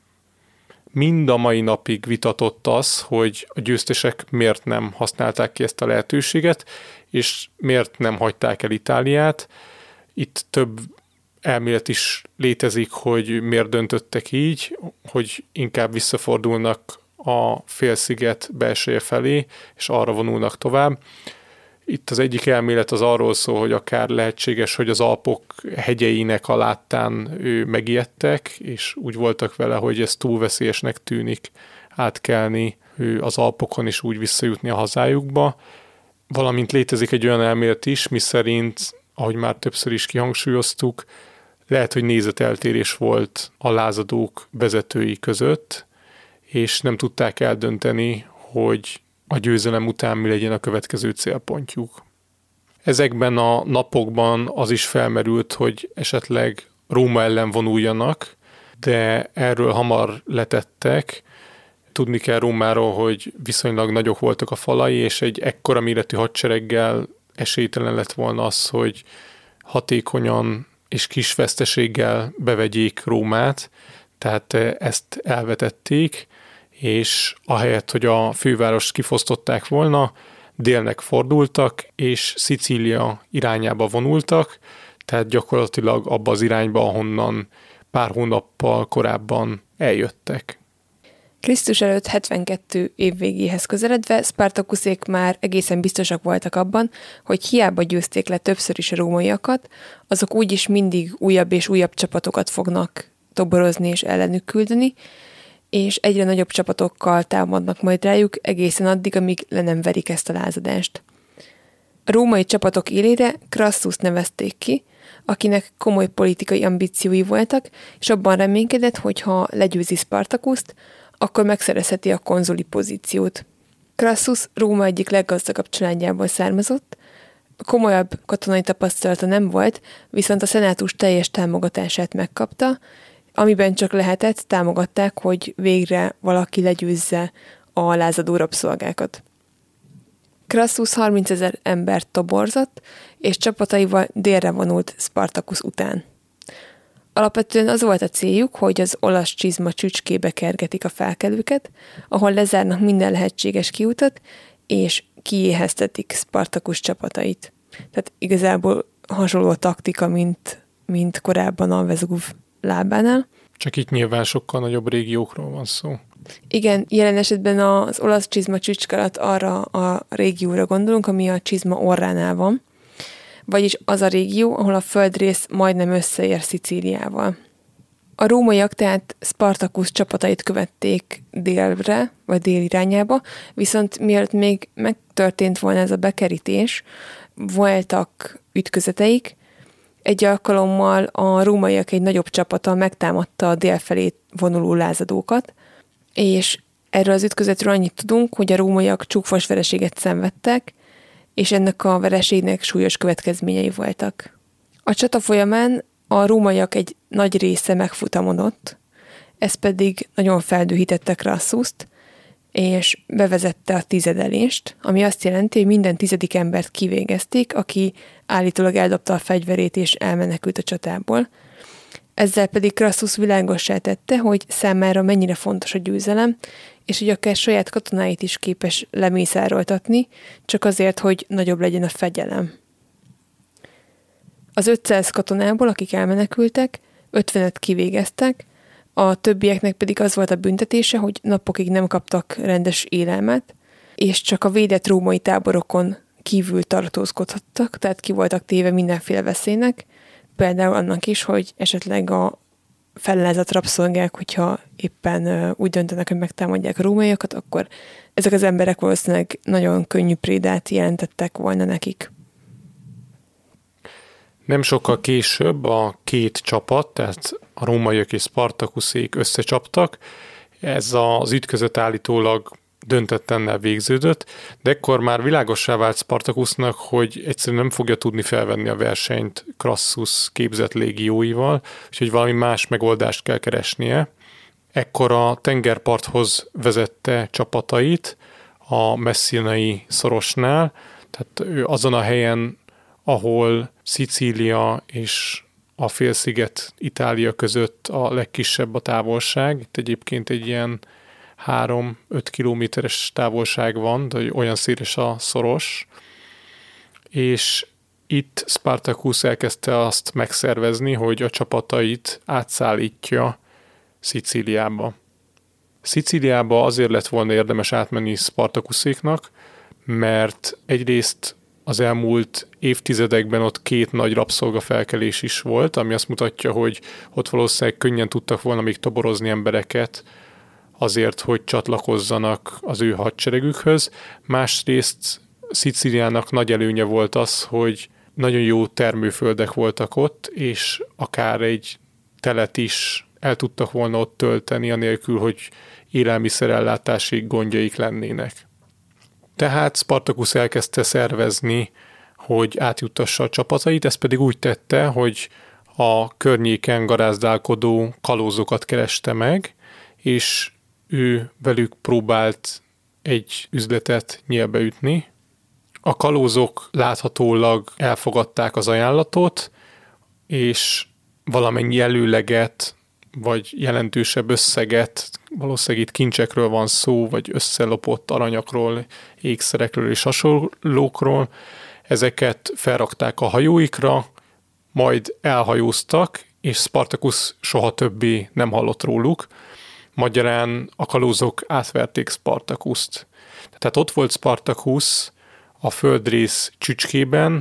G: Mind a mai napig vitatott az, hogy a győztesek miért nem használták ki ezt a lehetőséget, és miért nem hagyták el Itáliát. Itt több elmélet is létezik, hogy miért döntöttek így, hogy inkább visszafordulnak a félsziget belseje felé, és arra vonulnak tovább. Itt az egyik elmélet az arról szól, hogy akár lehetséges, hogy az Alpok hegyeinek a láttán megijedtek, és úgy voltak vele, hogy ez túl veszélyesnek tűnik átkelni az Alpokon, és úgy visszajutni a hazájukba. Valamint létezik egy olyan elmélet is, miszerint, ahogy már többször is kihangsúlyoztuk, lehet, hogy nézeteltérés volt a lázadók vezetői között, és nem tudták eldönteni, hogy a győzelem után mi legyen a következő célpontjuk. Ezekben a napokban az is felmerült, hogy esetleg Róma ellen vonuljanak, de erről hamar letettek. Tudni kell Rómáról, hogy viszonylag nagyok voltak a falai, és egy ekkora méretű hadsereggel esélytelen lett volna az, hogy hatékonyan és kis veszteséggel bevegyék Rómát, tehát ezt elvetették, és ahelyett, hogy a fővárost kifosztották volna, délnek fordultak, és Szicília irányába vonultak, tehát gyakorlatilag abba az irányba, ahonnan pár hónappal korábban eljöttek.
H: Krisztus előtt 72 év végéhez közeledve Spartakuszék már egészen biztosak voltak abban, hogy hiába győzték le többször is a rómaiakat, azok úgyis mindig újabb és újabb csapatokat fognak toborozni és ellenük küldeni, és egyre nagyobb csapatokkal támadnak majd rájuk egészen addig, amíg le nem verik ezt a lázadást. A római csapatok élére Crassust nevezték ki, akinek komoly politikai ambíciói voltak, és abban reménykedett, hogy ha legyőzi Spartakuszt, akkor megszerezheti a konzuli pozíciót. Crassus Róma egyik leggazdagabb családjából származott, komolyabb katonai tapasztalata nem volt, viszont a szenátus teljes támogatását megkapta, amiben csak lehetett, támogatták, hogy végre valaki legyőzze a lázadó rabszolgákat. Crassus 30 000 embert toborzott, és csapataival délre vonult Spartacus után. Alapvetően az volt a céljuk, hogy az olasz csizma csücskébe kergetik a felkelőket, ahol lezárnak minden lehetséges kiutat, és kiéheztetik Spartacus csapatait. Tehát igazából hasonló a taktika, mint korábban a Vezúv lábánál.
G: Csak itt nyilván sokkal nagyobb régiókról van szó.
H: Igen, jelen esetben az olasz csizma csücske alatt arra a régióra gondolunk, ami a csizma orránál van, vagyis az a régió, ahol a földrész majdnem összeér Szicíliával. A rómaiak tehát Spartacus csapatait követték délre, vagy dél irányába, viszont mielőtt még megtörtént volna ez a bekerítés, voltak ütközeteik. Egy alkalommal a rómaiak egy nagyobb csapata megtámadta a dél felé vonuló lázadókat, és erről az ütközetről annyit tudunk, hogy a rómaiak csúfos vereséget szenvedtek, és ennek a vereségnek súlyos következményei voltak. A csata folyamán a rómaiak egy nagy része megfutamodott, ez pedig nagyon feldühítette Crassust, és bevezette a tizedelést, ami azt jelenti, hogy minden 10. embert kivégezték, aki állítólag eldobta a fegyverét és elmenekült a csatából. Ezzel pedig Crassus világossá tette, hogy számára mennyire fontos a győzelem, és hogy akár saját katonáit is képes lemészároltatni, csak azért, hogy nagyobb legyen a fegyelem. Az 500 katonából, akik elmenekültek, 50-et kivégeztek, a többieknek pedig az volt a büntetése, hogy napokig nem kaptak rendes élelmet, és csak a védett római táborokon kívül tartózkodhattak, tehát ki voltak téve mindenféle veszélynek, például annak is, hogy esetleg a fellázadt rabszolgák, hogyha éppen úgy döntenek, hogy megtámadják a rómaiakat, akkor ezek az emberek valószínűleg nagyon könnyű prédát jelentettek volna nekik.
G: Nem sokkal később a két csapat, tehát a rómaiak és Spartakuszék összecsaptak. Ez az ütközet állítólag döntettennel végződött, de ekkor már világossá vált Spartacusnak, hogy egyszerűen nem fogja tudni felvenni a versenyt Crassus képzett légióival, úgyhogy valami más megoldást kell keresnie. Ekkor a tengerparthoz vezette csapatait a Messinai szorosnál, tehát ő azon a helyen, ahol Szicília és a félsziget Itália között a legkisebb a távolság. Itt egyébként egy ilyen 3-5 kilométeres távolság van, de olyan széles a szoros. És itt Spartacus elkezdte azt megszervezni, hogy a csapatait átszállítja Szicíliába. Szicíliába azért lett volna érdemes átmenni Spartakuszéknak, mert egyrészt az elmúlt évtizedekben ott 2 nagy rabszolgafelkelés is volt, ami azt mutatja, hogy ott valószínűleg könnyen tudtak volna még toborozni embereket azért, hogy csatlakozzanak az ő hadseregükhöz. Másrészt Szicíliának nagy előnye volt az, hogy nagyon jó termőföldek voltak ott, és akár egy telet is el tudtak volna ott tölteni, anélkül, hogy élelmiszerellátási gondjaik lennének. Tehát Spartacus elkezdte szervezni, hogy átjuttassa a csapatait, ezt pedig úgy tette, hogy a környéken garázdálkodó kalózokat kereste meg, és ő velük próbált egy üzletet nyílbeütni. A kalózok láthatólag elfogadták az ajánlatot, és valamennyi előleget, vagy jelentősebb összeget, valószínűleg itt kincsekről van szó, vagy összelopott aranyakról, ékszerekről és hasonlókról, ezeket felrakták a hajóikra, majd elhajóztak, és Spartacus soha többé nem hallott róluk. Magyarán a kalózok átverték Spartacust. Tehát ott volt Spartacus a földrész csücskében,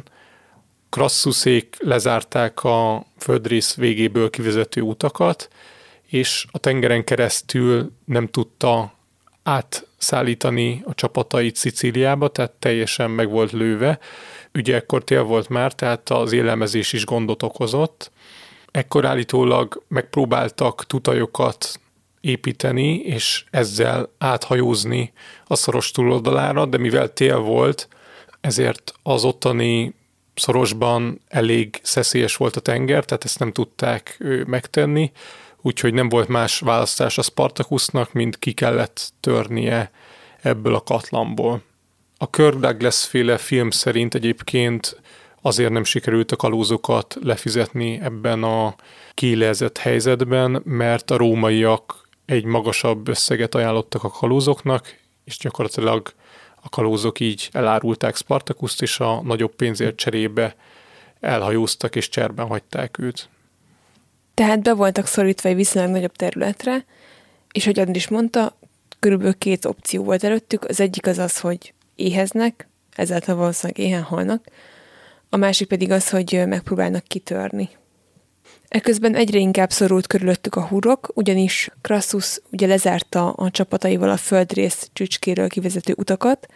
G: Crassusék lezárták a földrész végéből kivezető utakat, és a tengeren keresztül nem tudta átszállítani a csapatait Szicíliába, tehát teljesen meg volt lőve. Ugye ekkor tél volt már, tehát az élelmezés is gondot okozott. Ekkor állítólag megpróbáltak tutajokat építeni, és ezzel áthajózni a szoros túloldalára, de mivel tél volt, ezért az ottani szorosban elég szeszélyes volt a tenger, tehát ezt nem tudták megtenni, úgyhogy nem volt más választás a Spartacusnak, mint ki kellett törnie ebből a katlanból. A Kirk Douglas féle film szerint egyébként azért nem sikerült a kalózokat lefizetni ebben a kiélezett helyzetben, mert a rómaiak egy magasabb összeget ajánlottak a kalózoknak, és gyakorlatilag a kalózok így elárulták Spartacust, és a nagyobb pénzért cserébe elhajóztak és cserben hagyták őt.
H: Tehát be voltak szorítva egy viszonylag nagyobb területre, és hogy Andris mondta, körülbelül 2 opció volt előttük. Az egyik az, hogy éheznek, ezáltal valószínűleg éhen halnak, a másik pedig az, hogy megpróbálnak kitörni. Eközben egyre inkább szorult körülöttük a hurok, ugyanis Crassus ugye lezárta a csapataival a földrész csücskéről kivezető utakat,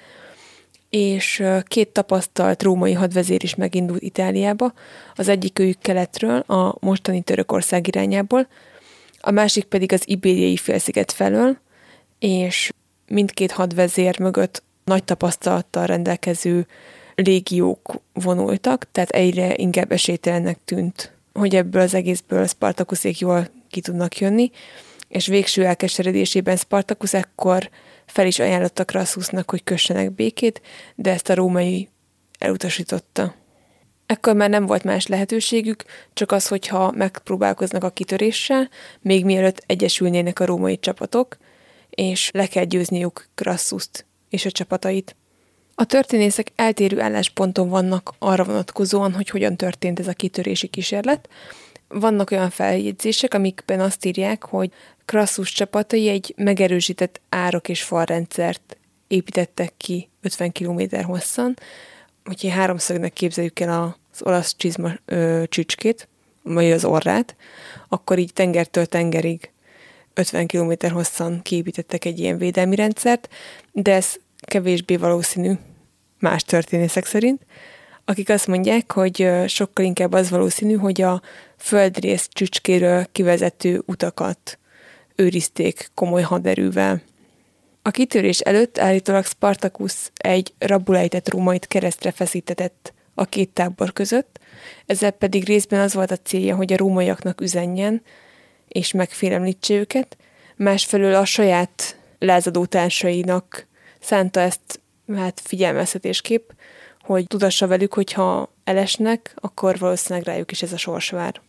H: és 2 tapasztalt római hadvezér is megindult Itáliába, az egyikőjük keletről, a mostani Törökország irányából, a másik pedig az Ibériai félsziget felől, és mindkét hadvezér mögött nagy tapasztalattal rendelkező légiók vonultak, tehát egyre inkább esélytelennek tűnt, hogy ebből az egészből Spartacusék jól ki tudnak jönni, és végső elkeseredésében Spartacus ekkor fel is ajánlotta Crassusnak, hogy kössenek békét, de ezt a római elutasította. Ekkor már nem volt más lehetőségük, csak az, hogyha megpróbálkoznak a kitöréssel, még mielőtt egyesülnének a római csapatok, és le kell győzniük Crassust és a csapatait. A történészek eltérő állásponton vannak arra vonatkozóan, hogy hogyan történt ez a kitörési kísérlet. Vannak olyan feljegyzések, amikben azt írják, hogy Crassus csapatai egy megerősített árok és falrendszert építettek ki 50 km hosszan, hogyha 3-szögnek képzeljük el az olasz csizma csücskét, vagy az orrát, akkor így tengertől tengerig 50 km hosszan kiépítettek egy ilyen védelmi rendszert, de ez kevésbé valószínű más történészek szerint, akik azt mondják, hogy sokkal inkább az valószínű, hogy a földrész csücskéről kivezető utakat őrizték komoly haderővel. A kitörés előtt állítólag Spartacus egy rabul ejtett rómait keresztre feszítetett a 2 tábor között, ezzel pedig részben az volt a célja, hogy a rómaiaknak üzenjen és megfélemlítse őket, másfelől a saját lázadó társainak szánta ezt figyelmeztetésképp, hogy tudassa velük, hogy ha elesnek, akkor valószínűleg rájuk is ez a sors vár.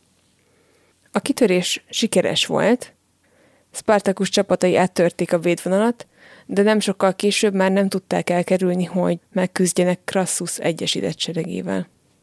H: A kitörés sikeres volt, Spartacus csapatai áttörték a védvonalat, de nem sokkal később már nem tudták elkerülni, hogy megküzdjenek Crassus egyesített seregével.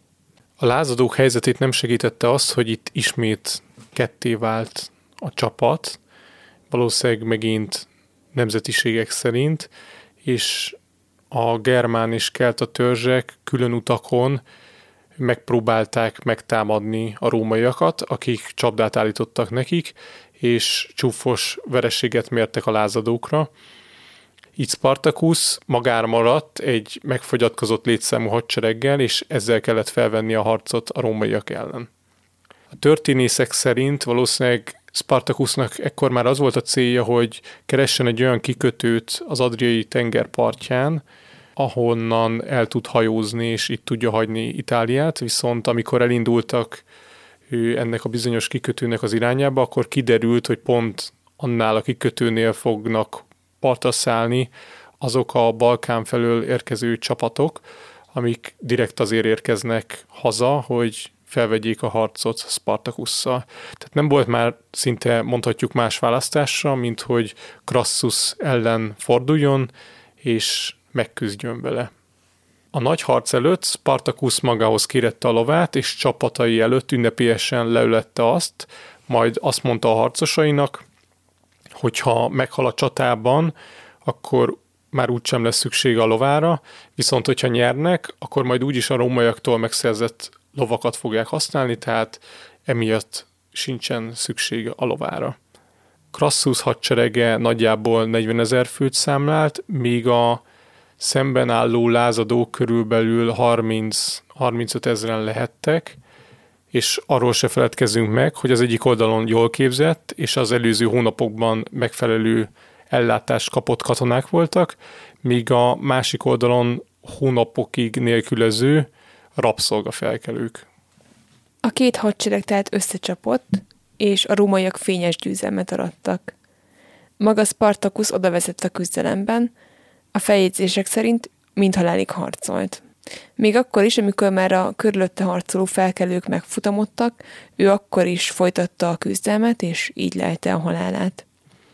G: A lázadók helyzetét nem segítette az, hogy itt ismét ketté vált a csapat, valószínűleg megint nemzetiségek szerint, és a germán és kelta törzsek külön utakon megpróbálták megtámadni a rómaiakat, akik csapdát állítottak nekik, és csúfos vereséget mértek a lázadókra. Így Spartacus magára maradt egy megfogyatkozott létszámú hadsereggel, és ezzel kellett felvenni a harcot a rómaiak ellen. A történészek szerint valószínűleg Spartacusnak ekkor már az volt a célja, hogy keressen egy olyan kikötőt az Adriai tenger partján, ahonnan el tud hajózni, és itt tudja hagyni Itáliát, viszont amikor elindultak ennek a bizonyos kikötőnek az irányába, akkor kiderült, hogy pont annál a kikötőnél fognak partra szállni azok a Balkán felől érkező csapatok, amik direkt azért érkeznek haza, hogy felvegyék a harcot Spartacusszal. Tehát nem volt már szinte mondhatjuk más választása, mint hogy Crassus ellen forduljon, és megküzdjön vele. A nagy harc előtt Spartacus magához kérette a lovát, és csapatai előtt ünnepélyesen leülette azt, majd azt mondta a harcosainak, hogy ha meghal a csatában, akkor már úgysem lesz szüksége a lovára, viszont hogyha nyernek, akkor majd úgyis a rómaiaktól megszerzett lovakat fogják használni, tehát emiatt sincsen szüksége a lovára. Crassus hadserege nagyjából 40 000 főt számlált, míg a szemben álló lázadók körülbelül 30-35 000 lehettek, és arról se feledkezzünk meg, hogy az egyik oldalon jól képzett, és az előző hónapokban megfelelő ellátást kapott katonák voltak, míg a másik oldalon hónapokig nélkülöző rabszolgafelkelők.
H: A két hadsereg tehát összecsapott, és a rómaiak fényes győzelmet arattak. Maga Spartacus odavezett a küzdelemben, a feljegyzések szerint mindhalálig harcolt. Még akkor is, amikor már a körülötte harcoló felkelők megfutamodtak, ő akkor is folytatta a küzdelmet, és így lelte a halálát.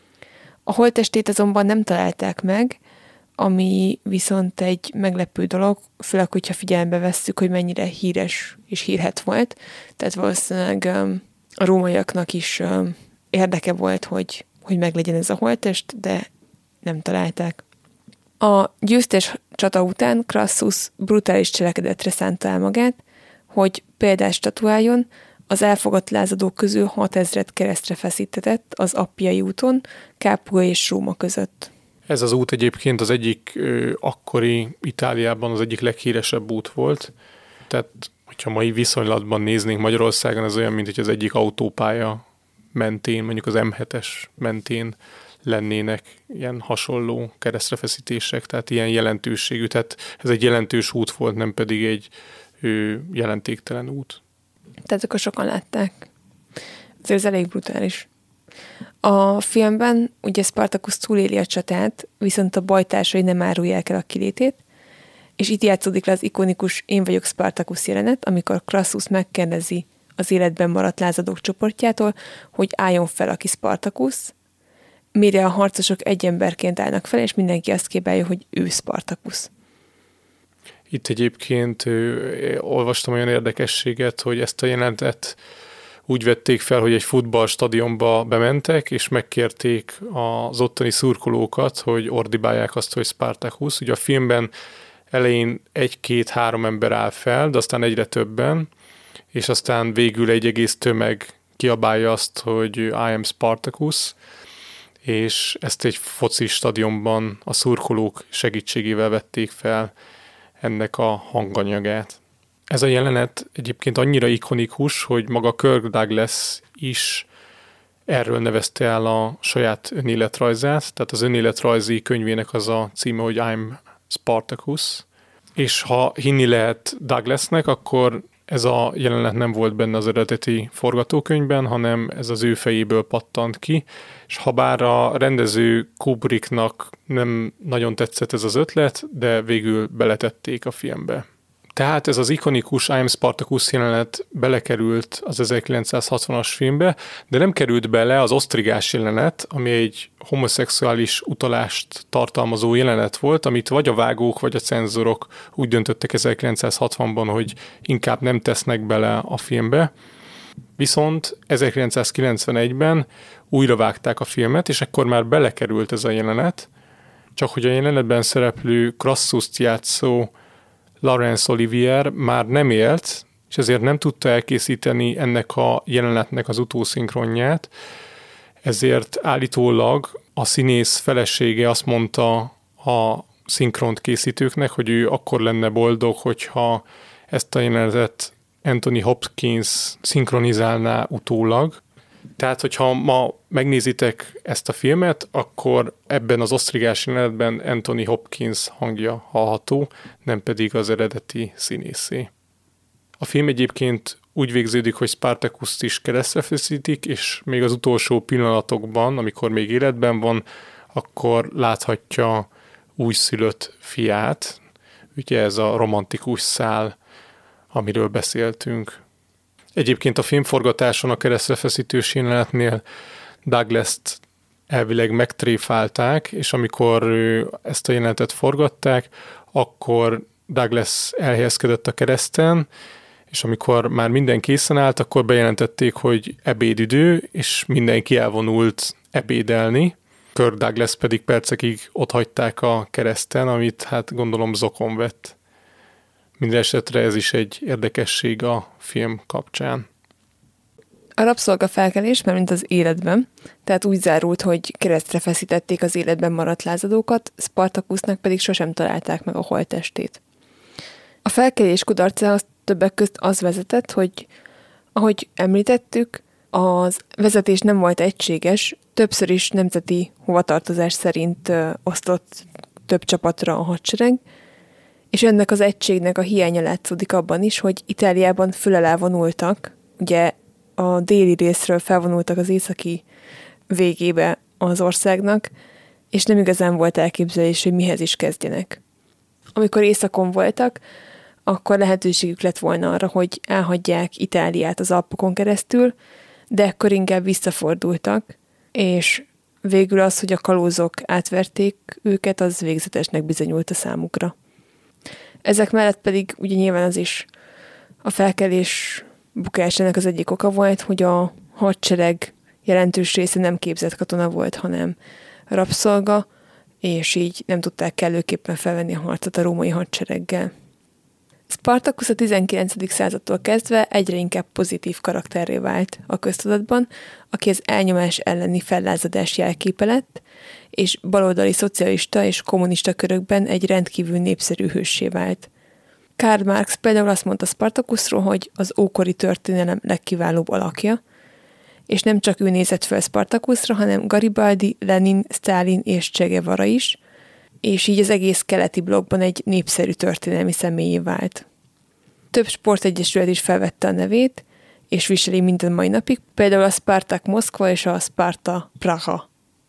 H: A holttestét azonban nem találták meg, ami viszont egy meglepő dolog, főleg, hogyha figyelembe vesszük, hogy mennyire híres és hírhedt volt. Tehát valószínűleg a rómaiaknak is érdeke volt, hogy meglegyen ez a holttest, de nem találták. A győztes csata után Crassus brutális cselekedetre szánta el magát, hogy példát statuáljon, az elfogott lázadók közül 6000 keresztre feszítetett az Appiai úton, Capua és Róma között.
G: Ez az út egyébként az egyik akkori Itáliában az egyik leghíresebb út volt. Tehát, hogyha mai viszonylatban néznénk Magyarországon, ez olyan, mint hogy az egyik autópálya mentén, mondjuk az M7-es mentén lennének ilyen hasonló keresztrefeszítések, tehát ilyen jelentőségű. Tehát ez egy jelentős út volt, nem pedig egy jelentéktelen út.
H: Tehát akkor sokan látták. Ez elég brutális. A filmben ugye Spartacus túléli a csatát, viszont a bajtársai nem árulják el a kilétét, és itt játszódik le az ikonikus Én vagyok Spartacus jelenet, amikor Crassus megkérdezi az életben maradt lázadók csoportjától, hogy álljon fel, aki Spartacus, mire a harcosok egy emberként állnak fel, és mindenki azt kívánja, hogy ő Spartacus.
G: Itt egyébként olvastam olyan érdekességet, hogy ezt a jelenetet úgy vették fel, hogy egy futballstadionba bementek, és megkérték az ottani szurkolókat, hogy ordibálják azt, hogy Spartacus. Ugye a filmben elején 1-2-3 ember áll fel, de aztán egyre többen, és aztán végül egy egész tömeg kiabálja azt, hogy I am Spartacus, és ezt egy foci stadionban a szurkolók segítségével vették fel ennek a hanganyagát. Ez a jelenet egyébként annyira ikonikus, hogy maga Kirk Douglas is erről nevezte el a saját önéletrajzát, tehát az önéletrajzi könyvének az a címe, hogy I'm Spartacus, és ha hinni lehet Douglasnek, akkor ez a jelenet nem volt benne az eredeti forgatókönyvben, hanem ez az ő fejéből pattant ki, és habár a rendező Kubricknak nem nagyon tetszett ez az ötlet, de végül beletették a filmbe. Tehát ez az ikonikus I am Spartacus jelenet belekerült az 1960-as filmbe, de nem került bele az osztrigás jelenet, ami egy homoszexuális utalást tartalmazó jelenet volt, amit vagy a vágók, vagy a cenzorok úgy döntöttek 1960-ban, hogy inkább nem tesznek bele a filmbe. Viszont 1991-ben újra vágták a filmet, és ekkor már belekerült ez a jelenet, csak hogy a jelenetben szereplő Crassus-t játszó Laurence Olivier már nem élt, és ezért nem tudta elkészíteni ennek a jelenetnek az utószinkronját, ezért állítólag a színész felesége azt mondta a szinkront készítőknek, hogy ő akkor lenne boldog, hogyha ezt a jelenetet Anthony Hopkins szinkronizálná utólag. Tehát, hogyha ma megnézitek ezt a filmet, akkor ebben az osztrigás jelenetben Anthony Hopkins hangja hallható, nem pedig az eredeti színészé. A film egyébként úgy végződik, hogy Spartacust is keresztre feszítik, és még az utolsó pillanatokban, amikor még életben van, akkor láthatja újszülött fiát. Ugye ez a romantikus szál, amiről beszéltünk. Egyébként a filmforgatáson a keresztrefeszítős jelenetnél Douglas-t elvileg megtréfálták, és amikor ezt a jelenetet forgatták, akkor Douglas elhelyezkedett a kereszten, és amikor már minden készen állt, akkor bejelentették, hogy ebédidő, és mindenki elvonult ebédelni. Kirk Douglas pedig percekig otthagyták a kereszten, amit hát gondolom zokon vett. Mindenesetre ez is egy érdekesség a film kapcsán.
H: A rabszolgafelkelés, mert mint az életben, tehát úgy zárult, hogy keresztre feszítették az életben maradt lázadókat, Spartacusnak pedig sosem találták meg a holttestét. A felkelés kudarcához többek közt az vezetett, hogy ahogy említettük, az vezetés nem volt egységes, többször is nemzeti hovatartozás szerint osztott több csapatra a hadsereg, és ennek az egységnek a hiánya látszódik abban is, hogy Itáliában föl alá vonultak, ugye a déli részről felvonultak az északi végébe az országnak, és nem igazán volt elképzelés, hogy mihez is kezdjenek. Amikor északon voltak, akkor lehetőségük lett volna arra, hogy elhagyják Itáliát az Alpokon keresztül, de ekkor inkább visszafordultak, és végül az, hogy a kalózok átverték őket, az végzetesnek bizonyult a számukra. Ezek mellett pedig ugye nyilván az is a felkelés bukásának az egyik oka volt, hogy a hadsereg jelentős része nem képzett katona volt, hanem rabszolga, és így nem tudták kellőképpen felvenni a harcot a római hadsereggel. Spartacus a 19. századtól kezdve egyre inkább pozitív karakterré vált a köztudatban, aki az elnyomás elleni fellázadás jelképe lett, és baloldali szocialista és kommunista körökben egy rendkívül népszerű hőssé vált. Karl Marx például azt mondta Spartacusról, hogy az ókori történelem legkiválóbb alakja, és nem csak ő nézett fel Spartacusra, hanem Garibaldi, Lenin, Sztálin és Che Guevara is, és így az egész keleti blokkban egy népszerű történelmi személyé vált. Több sportegyesület is felvette a nevét, és viseli minden mai napig, például a Spartak Moszkva és a Sparta Praha.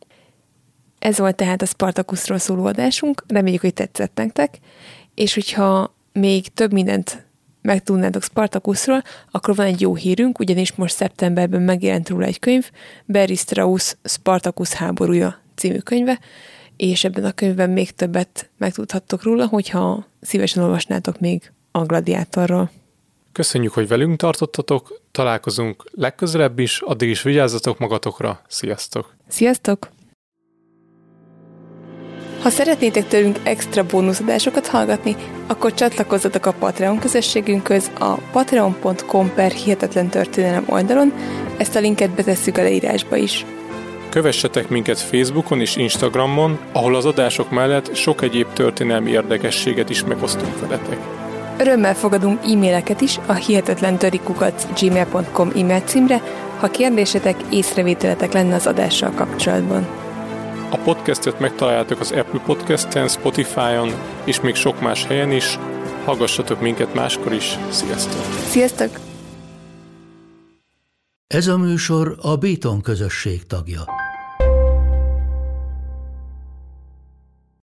H: Ez volt tehát a Spartacusról szóló adásunk, reméljük, hogy tetszett nektek, és hogyha még több mindent megtudnátok Spartacusról, akkor van egy jó hírünk, ugyanis most szeptemberben megjelent róla egy könyv, Barry Strauss Spartacus háborúja című könyve, és ebben a könyvben még többet megtudhattok róla, hogyha szívesen olvasnátok még a Gladiátorról.
G: Köszönjük, hogy velünk tartottatok, találkozunk legközelebb is, addig is vigyázzatok magatokra, sziasztok!
H: Sziasztok! Ha szeretnétek tőlünk extra bónuszadásokat hallgatni, akkor csatlakozzatok a Patreon közösségünkhöz a patreon.com/hihetetlentörténelem oldalon, ezt a linket betesszük a leírásba is.
G: Kövessetek minket Facebookon és Instagramon, ahol az adások mellett sok egyéb történelmi érdekességet is megosztunk veletek.
H: Örömmel fogadunk e-maileket is a hihetetlentörikukac@gmail.com e-mail címre, ha kérdésetek, észrevételetek lenne az adással kapcsolatban.
G: A podcastet megtaláljátok az Apple Podcast-en, Spotify-on és még sok más helyen is. Hallgassatok minket máskor is. Sziasztok!
H: Sziasztok!
A: Ez a műsor a Béton közösség tagja.